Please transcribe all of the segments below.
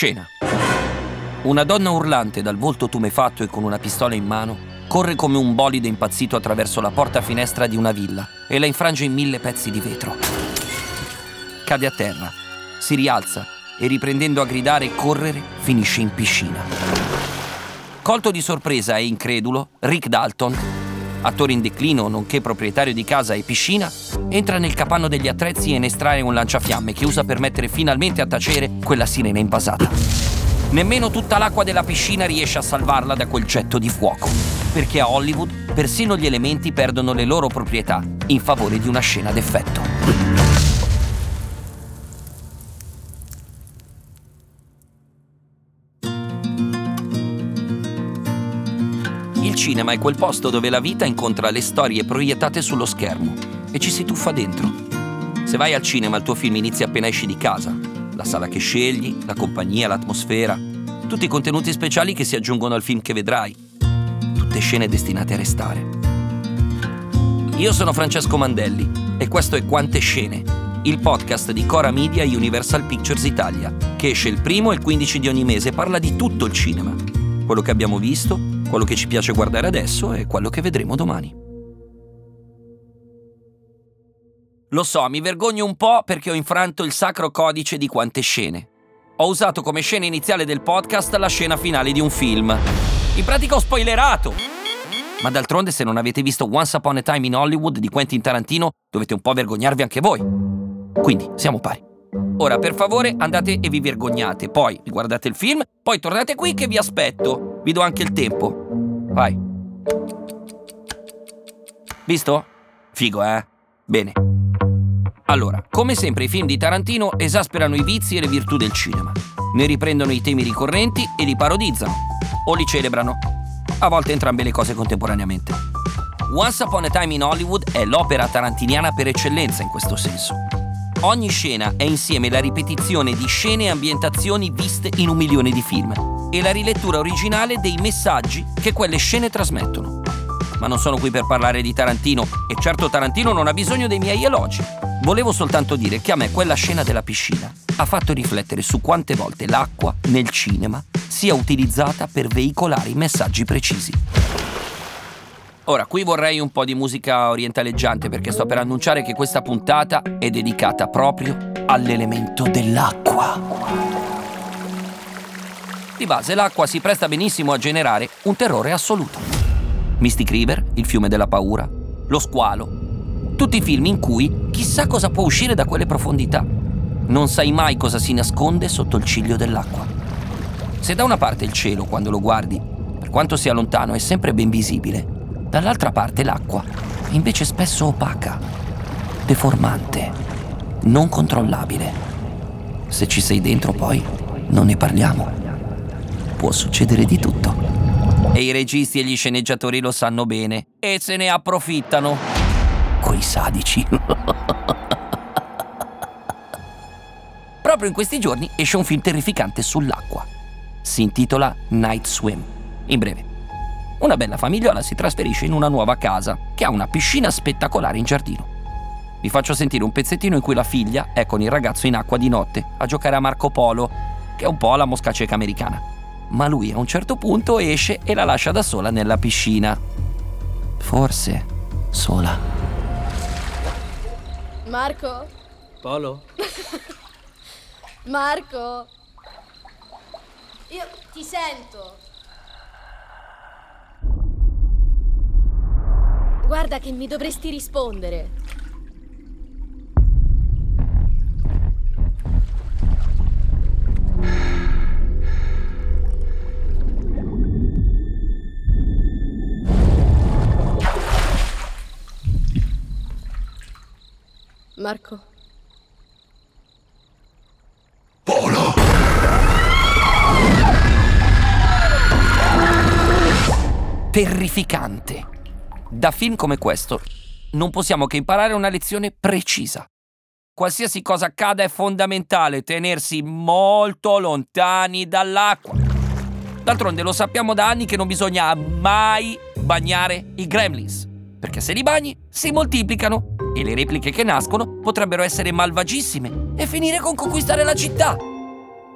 Scena. Una donna urlante dal volto tumefatto e con una pistola in mano corre come un bolide impazzito attraverso la porta-finestra di una villa e la infrange in 1000 pezzi di vetro. Cade a terra, si rialza e riprendendo a gridare e correre finisce in piscina. Colto di sorpresa e incredulo, Rick Dalton, attore in declino nonché proprietario di casa e piscina, entra nel capanno degli attrezzi e ne estrae un lanciafiamme che usa per mettere finalmente a tacere quella sirena invasata. Nemmeno tutta l'acqua della piscina riesce a salvarla da quel getto di fuoco, perché a Hollywood persino gli elementi perdono le loro proprietà in favore di una scena d'effetto. Il cinema è quel posto dove la vita incontra le storie proiettate sullo schermo e ci si tuffa dentro. Se vai al cinema il tuo film inizia appena esci di casa. La sala che scegli, la compagnia, l'atmosfera, tutti i contenuti speciali che si aggiungono al film che vedrai. Tutte scene destinate a restare. Io sono Francesco Mandelli e questo è Quante Scene, il podcast di Cora Media e Universal Pictures Italia, che esce il 1° e il 15 di ogni mese e parla di tutto il cinema. Quello che abbiamo visto, quello che ci piace guardare adesso e quello che vedremo domani. Lo so, mi vergogno un po' perché ho infranto il sacro codice di Quante Scene. Ho usato come scena iniziale del podcast la scena finale di un film. In pratica ho spoilerato! Ma d'altronde se non avete visto Once Upon a Time in Hollywood di Quentin Tarantino dovete un po' vergognarvi anche voi. Quindi, siamo pari. Ora, per favore, andate e vi vergognate, poi vi guardate il film, poi tornate qui che vi aspetto. Vi do anche il tempo. Vai. Visto? Figo, eh? Bene. Allora, come sempre i film di Tarantino esasperano i vizi e le virtù del cinema. Ne riprendono i temi ricorrenti e li parodizzano. O li celebrano. A volte entrambe le cose contemporaneamente. Once Upon a Time in Hollywood è l'opera tarantiniana per eccellenza in questo senso. Ogni scena è insieme la ripetizione di scene e ambientazioni viste in 1 milione di film e la rilettura originale dei messaggi che quelle scene trasmettono. Ma non sono qui per parlare di Tarantino e certo Tarantino non ha bisogno dei miei elogi. Volevo soltanto dire che a me quella scena della piscina ha fatto riflettere su quante volte l'acqua nel cinema sia utilizzata per veicolare i messaggi precisi. Ora, qui vorrei un po' di musica orientaleggiante perché sto per annunciare che questa puntata è dedicata proprio all'elemento dell'acqua. Di base l'acqua si presta benissimo a generare un terrore assoluto. Mystic River, Il fiume della paura, Lo squalo, tutti film in cui chissà cosa può uscire da quelle profondità. Non sai mai cosa si nasconde sotto il ciglio dell'acqua. Se da una parte il cielo, quando lo guardi, per quanto sia lontano, è sempre ben visibile, dall'altra parte l'acqua è invece spesso opaca, deformante, non controllabile. Se ci sei dentro poi, non ne parliamo. Può succedere di tutto. E i registi e gli sceneggiatori lo sanno bene e se ne approfittano. Quei sadici. Proprio in questi giorni esce un film terrificante sull'acqua. Si intitola Night Swim. In breve, una bella famigliola si trasferisce in una nuova casa che ha una piscina spettacolare in giardino. Vi faccio sentire un pezzettino in cui la figlia è con il ragazzo in acqua di notte a giocare a Marco Polo, che è un po' la mosca cieca americana. Ma lui a un certo punto esce e la lascia da sola nella piscina. Forse sola. Marco? Polo? Marco? Io ti sento. Guarda che mi dovresti rispondere. Marco? Polo! Terrificante. Da film come questo non possiamo che imparare una lezione precisa. Qualsiasi cosa accada è fondamentale tenersi molto lontani dall'acqua. D'altronde lo sappiamo da anni che non bisogna mai bagnare i gremlins, perché se li bagni si moltiplicano e le repliche che nascono potrebbero essere malvagissime e finire con conquistare la città.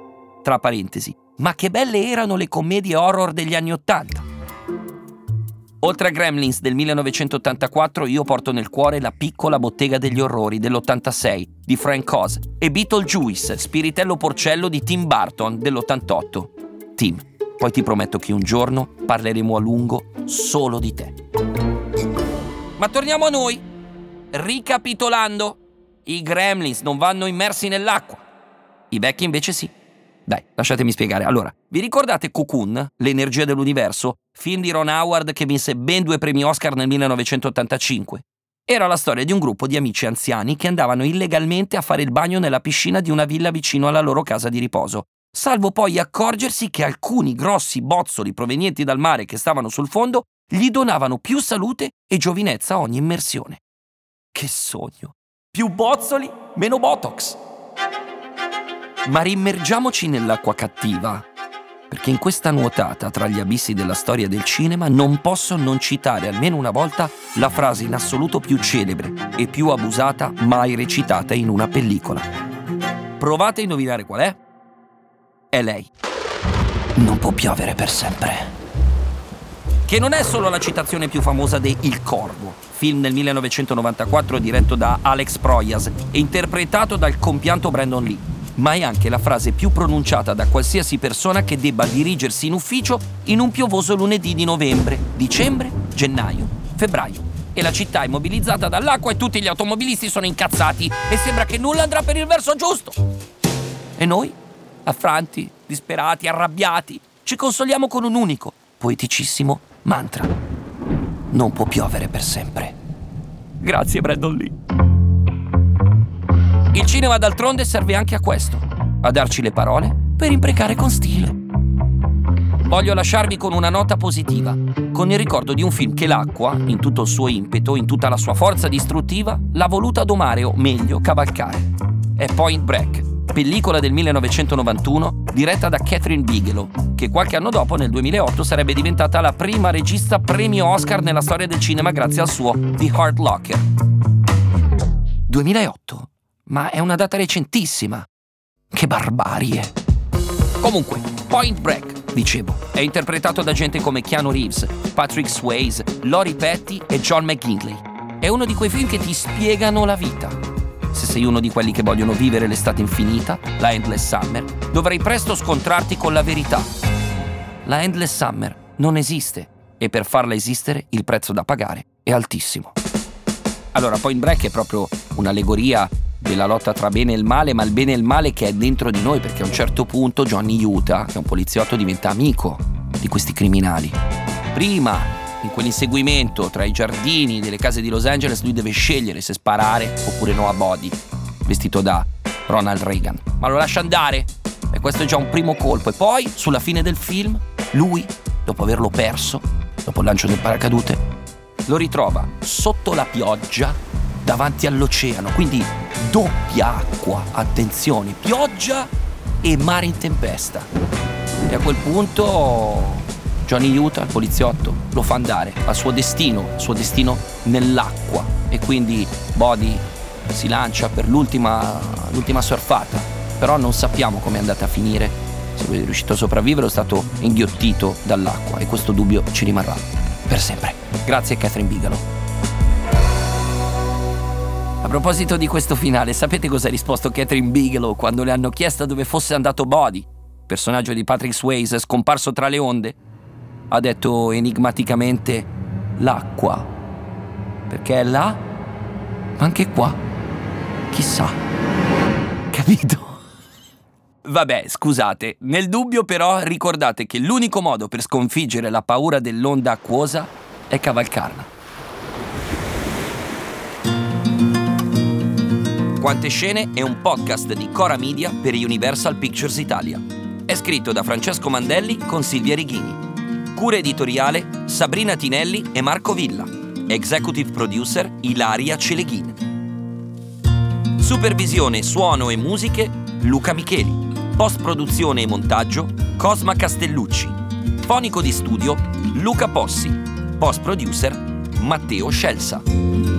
tra parentesi, ma che belle erano le commedie horror degli anni '80. Oltre a Gremlins del 1984, io porto nel cuore La piccola bottega degli orrori dell'86 di Frank Oz e Beetlejuice, Spiritello Porcello di Tim Burton dell'88. Tim, poi ti prometto che un giorno parleremo a lungo solo di te. Ma torniamo a noi. Ricapitolando, i Gremlins non vanno immersi nell'acqua. I vecchi invece sì. Dai, lasciatemi spiegare. Allora, vi ricordate Cocoon, l'energia dell'universo? Film di Ron Howard che vinse ben 2 premi Oscar nel 1985. Era la storia di un gruppo di amici anziani che andavano illegalmente a fare il bagno nella piscina di una villa vicino alla loro casa di riposo, salvo poi accorgersi che alcuni grossi bozzoli provenienti dal mare che stavano sul fondo gli donavano più salute e giovinezza a ogni immersione. Che sogno! Più bozzoli, meno Botox! Ma rimmergiamoci nell'acqua cattiva, perché in questa nuotata tra gli abissi della storia del cinema non posso non citare almeno una volta la frase in assoluto più celebre e più abusata mai recitata in una pellicola. Provate a indovinare qual è? È lei. Non può piovere per sempre. Che non è solo la citazione più famosa di Il Corvo, film del 1994 diretto da Alex Proyas e interpretato dal compianto Brandon Lee, ma è anche la frase più pronunciata da qualsiasi persona che debba dirigersi in ufficio in un piovoso lunedì di novembre, dicembre, gennaio, febbraio. E la città è mobilizzata dall'acqua e tutti gli automobilisti sono incazzati e sembra che nulla andrà per il verso giusto. E noi, affranti, disperati, arrabbiati, ci consoliamo con un unico, poeticissimo mantra. Non può piovere per sempre. Grazie, Brandon Lee. Il cinema d'altronde serve anche a questo, a darci le parole per imprecare con stile. Voglio lasciarvi con una nota positiva, con il ricordo di un film che l'acqua, in tutto il suo impeto, in tutta la sua forza distruttiva, l'ha voluta domare o meglio cavalcare. È Point Break, pellicola del 1991 diretta da Catherine Bigelow, che qualche anno dopo, nel 2008, sarebbe diventata la prima regista premio Oscar nella storia del cinema grazie al suo The Hurt Locker. 2008? Ma è una data recentissima. Che barbarie. Comunque, Point Break, dicevo, è interpretato da gente come Keanu Reeves, Patrick Swayze, Lori Petty e John McGinley. È uno di quei film che ti spiegano la vita. Se sei uno di quelli che vogliono vivere l'estate infinita, la Endless Summer, dovrai presto scontrarti con la verità. La Endless Summer non esiste e per farla esistere il prezzo da pagare è altissimo. Allora, Point Break è proprio un'allegoria della lotta tra bene e il male, ma il bene e il male che è dentro di noi, perché a un certo punto Johnny Utah, che è un poliziotto, diventa amico di questi criminali. Prima, in quell'inseguimento tra i giardini delle case di Los Angeles, lui deve scegliere se sparare oppure no a Body, vestito da Ronald Reagan. Ma lo lascia andare, e questo è già un primo colpo. E poi, sulla fine del film, lui, dopo averlo perso, dopo il lancio del paracadute, lo ritrova sotto la pioggia davanti all'oceano, quindi doppia acqua, attenzione, pioggia e mare in tempesta. E a quel punto Johnny Utah, il poliziotto, lo fa andare al suo destino nell'acqua, e quindi Body si lancia per l'ultima surfata, però non sappiamo come è andata a finire, se è riuscito a sopravvivere o è stato inghiottito dall'acqua, e questo dubbio ci rimarrà per sempre. Grazie Catherine Bigelow. A proposito di questo finale, sapete cosa ha risposto Catherine Bigelow quando le hanno chiesto dove fosse andato Body, personaggio di Patrick Swayze scomparso tra le onde? Ha detto enigmaticamente l'acqua, perché è là, ma anche qua, chissà. Capito? Vabbè, scusate, nel dubbio però ricordate che l'unico modo per sconfiggere la paura dell'onda acquosa è cavalcarla. Quante Scene è un podcast di Cora Media per Universal Pictures Italia. È scritto da Francesco Mandelli con Silvia Righini. Cura editoriale Sabrina Tinelli e Marco Villa. Executive producer Ilaria Celeghin. Supervisione, suono e musiche Luca Micheli. Post-produzione e montaggio Cosma Castellucci. Fonico di studio Luca Possi. Post-producer Matteo Scelsa.